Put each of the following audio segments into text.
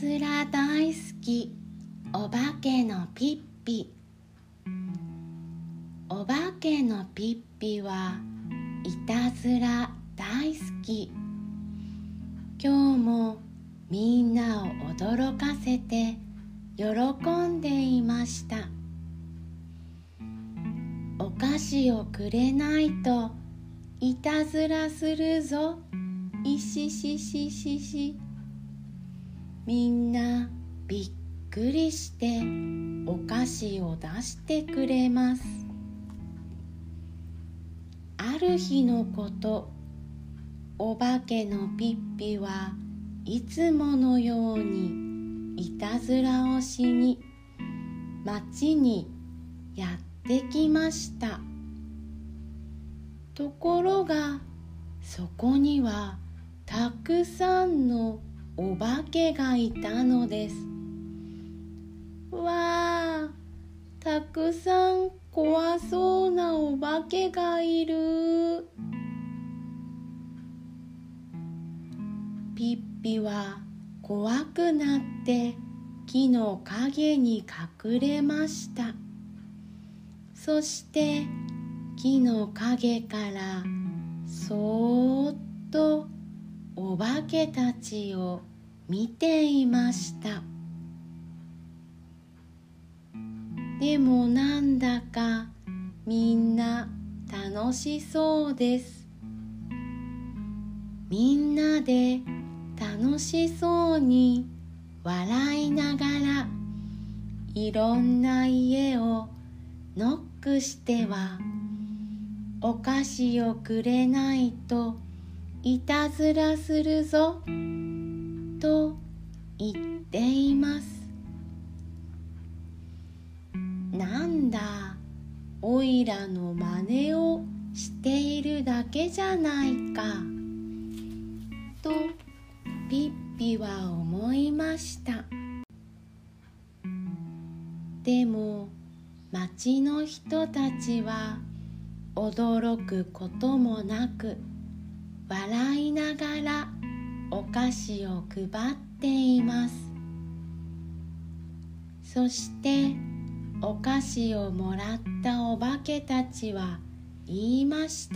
ずら大好きお化けのピッピ。お化けのピッピはいたずら大好き。今日もみんなを驚かせて喜んでいました。お菓子をくれないといたずらするぞ、いししししし。みんなびっくりしてお菓子を出してくれます。ある日のこと、お化けのピッピはいつものようにいたずらをしに町にやってきました。ところがそこにはたくさんのお化けがいたのです。わあ、たくさん怖そうなお化けがいる。ピッピは怖くなって木の陰に隠れました。そして木の陰からそーっとお化けたちを見ていました。でもなんだかみんな楽しそうです。みんなで楽しそうに笑いながらいろんな家をノックしては、お菓子をくれないといたずらするぞと言っています。なんだ、おいらの真似をしているだけじゃないかとピッピは思いました。でも町の人たちは驚くこともなく笑いながらお菓子を配っています。そしてお菓子をもらったお化けたちは言いました。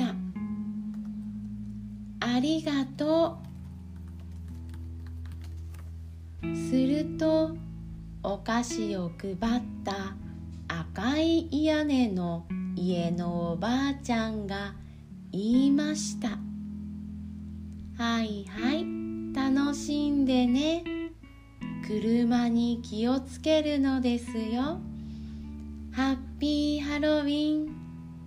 ありがとう。するとお菓子を配った赤い屋根の家のおばあちゃんが言いました。はいはい、楽しんでね。車に気をつけるのですよ。ハッピーハロウィン。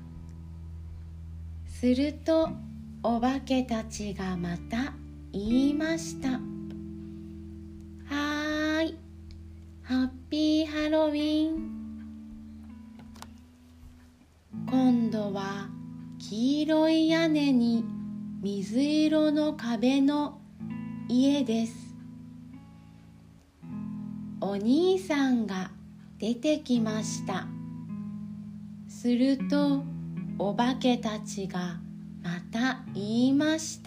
するとお化けたちがまた言いました。はーい、ハッピーハロウィン。今度は黄色い屋根に水色の壁の家です。お兄さんが出てきました。するとお化けたちがまた言いました。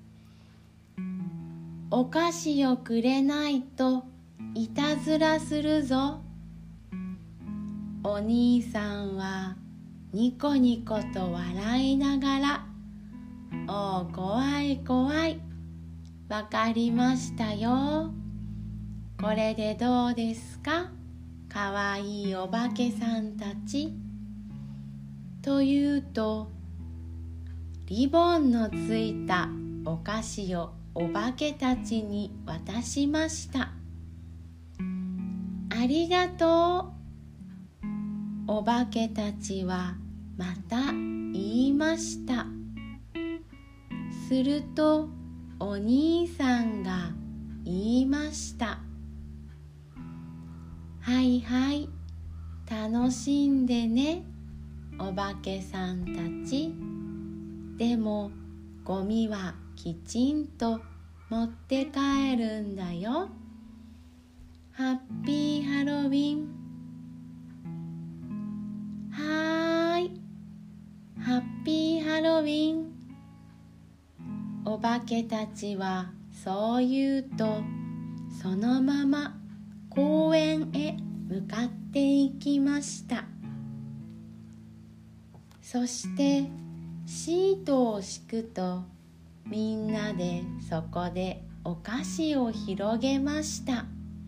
お菓子をくれないといたずらするぞ。お兄さんはニコニコと笑いながら、おー、怖い怖い、わかりましたよ。これでどうですか、かわいいお化けさんたち。というと、リボンのついたお菓子をお化けたちに渡しました。ありがとう。お化けたちはまた言いました。するとお兄さんが言いました。はいはい、楽しんでね、お化けさんたち。でもゴミはきちんと持って帰るんだよ。ハッピーハロウィン。はーい、ハッピーハロウィン。お化けたちはそう言うとそのまま公園へ向かっていきました。そしてシートを敷くと、みんなでそこでお菓子を広げました。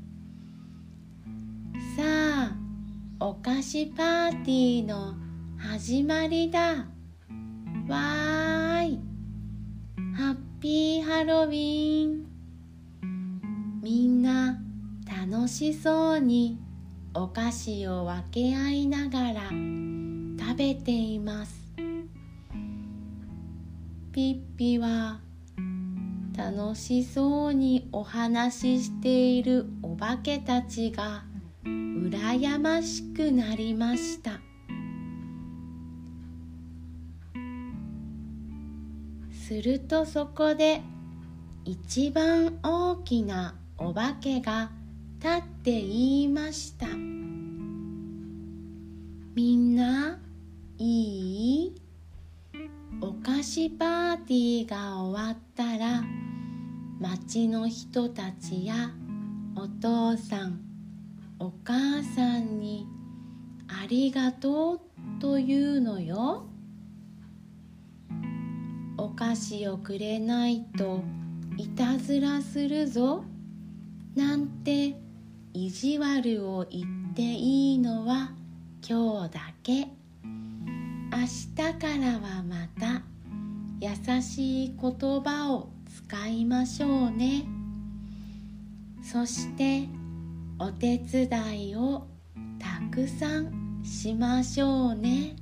さあ、お菓子パーティーの始まりだ。わーい、ハッピーハロウィン。みんな楽しそうにお菓子を分け合いながら食べています。ピッピは楽しそうにお話ししているお化けたちが羨ましくなりました。するとそこで一番大きなお化けが立って言いました。みんないい？お菓子パーティーが終わったら、町の人たちやお父さん、お母さんにありがとうと言うのよ。お菓子をくれないといたずらするぞなんて意地悪を言っていいのは今日だけ。明日からはまた優しい言葉を使いましょうね。そしてお手伝いをたくさんしましょうね。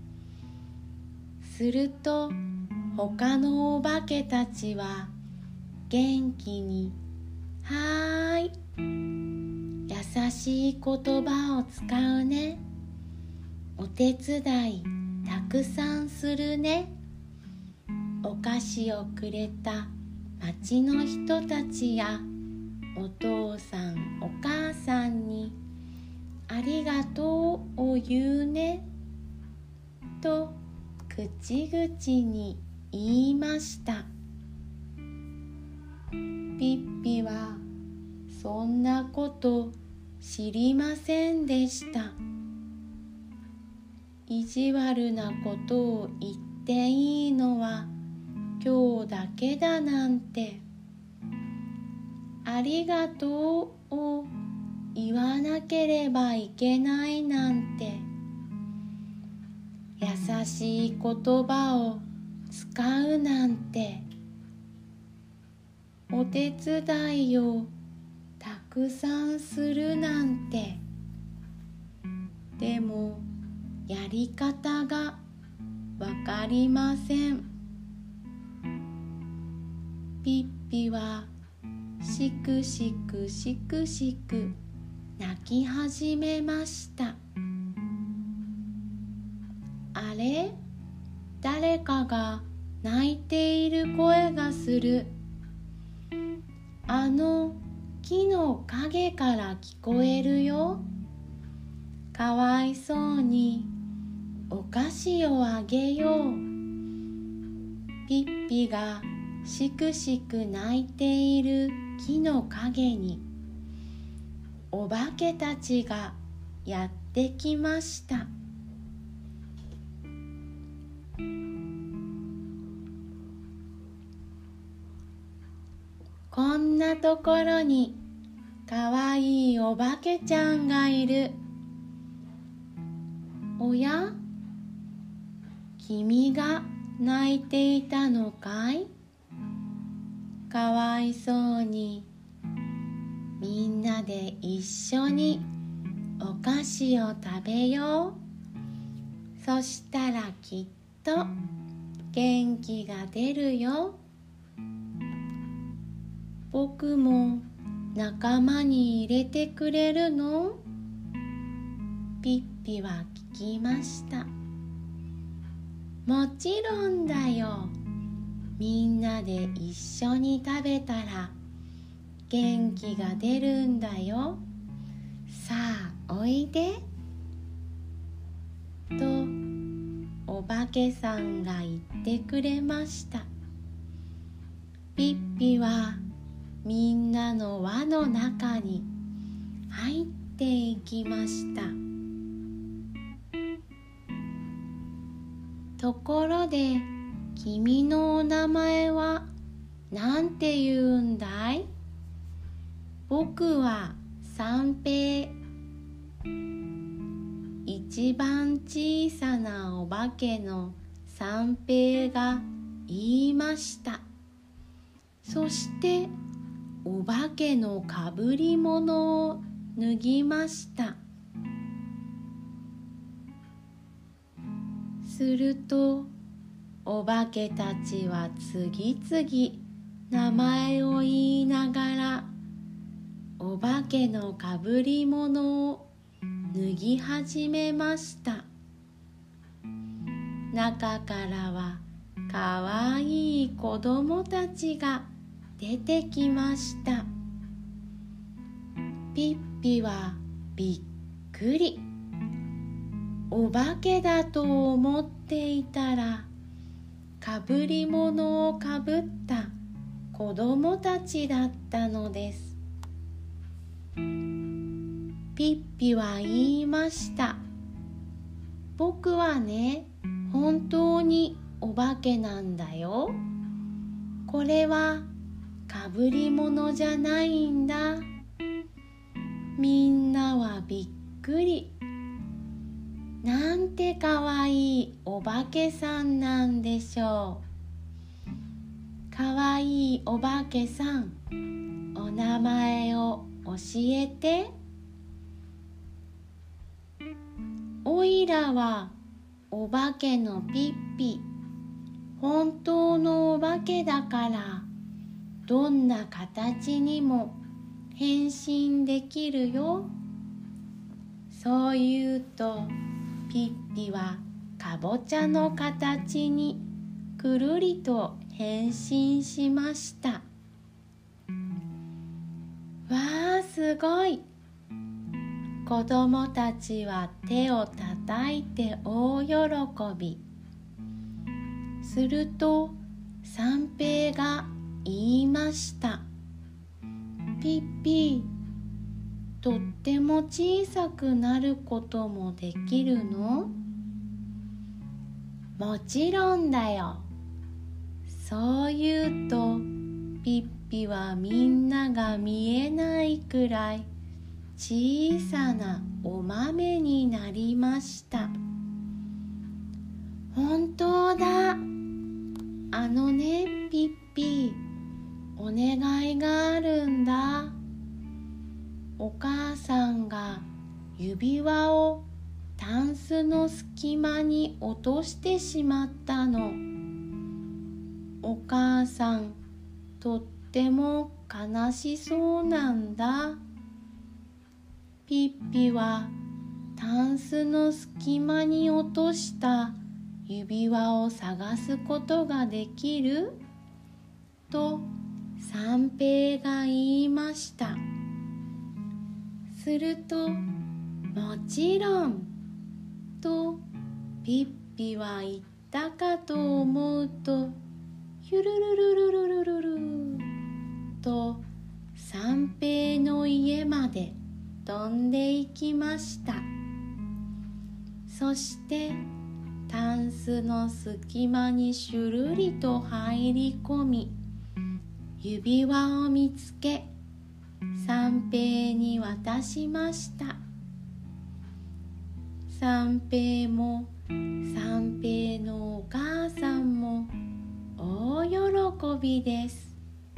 すると他のお化けたちは元気にはーい、優しい言葉を使うね、お手伝いたくさんするね、お菓子をくれた町の人たちやお父さんお母さんにありがとうを言うねと口々に言いました。ピッピはそんなこと知りませんでした。意地悪なことを言っていいのは今日だけだなんて、ありがとうを言わなければいけないなんて、優しい言葉を使うなんて、お手伝いをたくさんするなんて、でもやり方がわかりません。ピッピはしくしくしくしく泣き始めました。あれ？誰かが泣いている声がする。あの木の陰から聞こえるよ。かわいそうにお菓子をあげよう。ピッピがしくしく泣いている木の陰にお化けたちがやってきました。こんなところにかわいいお化けちゃんがいる。おや？君が泣いていたのかい？かわいそうに。みんなで一緒にお菓子を食べよう。そしたらきっと元気が出るよ。僕も仲間に入れてくれるの？ピッピは聞きました。もちろんだよ。みんなで一緒に食べたら元気が出るんだよ。さあおいで。とお化けさんが言ってくれました。ピッピはみんなの輪の中に入っていきました。ところで、君のお名前はなんて言うんだい？僕は三平。一番小さなお化けの三平が言いました。そしてお化けのかぶり物を脱ぎました。するとお化けたちは次々名前を言いながらお化けのかぶり物を脱ぎ始めました。中からはかわいい子供たちが出てきました。ピッピはびっくり。お化けだと思っていたら、かぶり物をかぶった子供たちだったのです。ピッピは言いました。僕はね、本当にお化けなんだよ。これはかぶり物じゃないんだ。みんなはびっくり。なんてかわいいお化けさんなんでしょう。かわいいお化けさん、お名前を教えて。おいらはお化けのピッピ。本当のお化けだから、どんな形にも変身できるよ。そう言うと、ピッピはかぼちゃの形にくるりと変身しました。わあ、すごい！子供たちは手をたたいて大喜び。すると三平が言いました。ピッピ、とっても小さくなることもできるの？もちろんだよ。そう言うと、ピッピはみんなが見えないくらい小さなお豆になりました。本当だ。あのね、ピッピ、お願いがあるんだ。お母さんが指輪をタンスの隙間に落としてしまったの。お母さん、とっても悲しそうなんだ。ピッピはタンスの隙間に落とした指輪を探すことができる？と三平が言いました。すると、もちろん、とピッピは言ったかと思うと、ゆるるるるるるるると三平の家まで飛んでいきました。そしてタンスの隙間にしゅるりと入り込み、指輪を見つけ三平に渡しました。三平も三平のお母さんも大喜びです。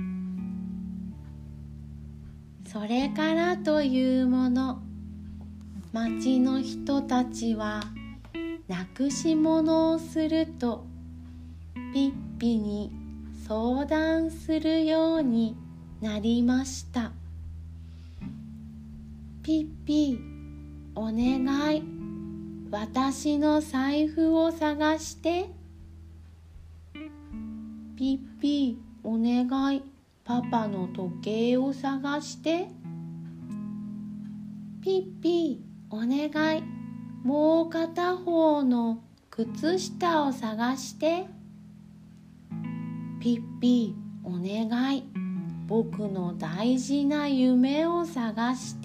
それからというもの、町の人たちはなくし物をするとピッピに相談するようになりました。ピッピ、お願い、私の財布を探して。ピッピ、お願い、パパの時計を探して。ピッピ、お願い、もう片方の靴下を探して。ピッピ、お願い、 僕の大事な夢を探して。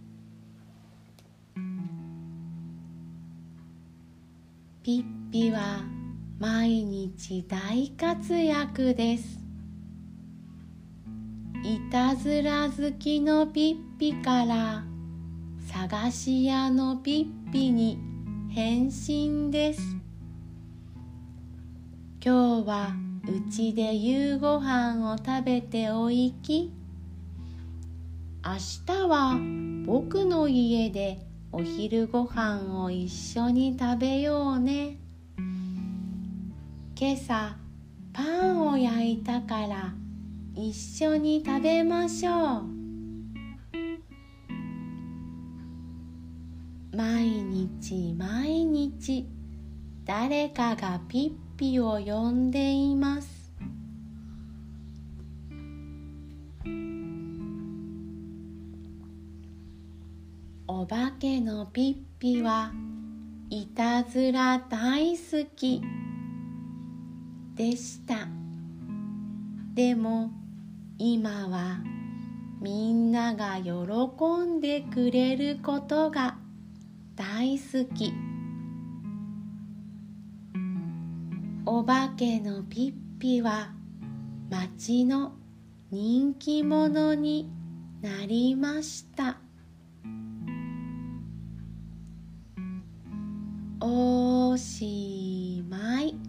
ピッピは毎日大活躍です。いたずら好きのピッピから探し屋のピッピに変身です。今日はうちで夕ご飯を食べておいき、明日は僕の家でお昼ご飯を一緒に食べようね。今朝パンを焼いたから一緒に食べましょう。毎日毎日誰かがピッピを呼んでいます。お化けのピッピはいたずら大好きでした。でも今はみんなが喜んでくれることが大好き。お化けのピッピは町の人気者になりました。おしまい。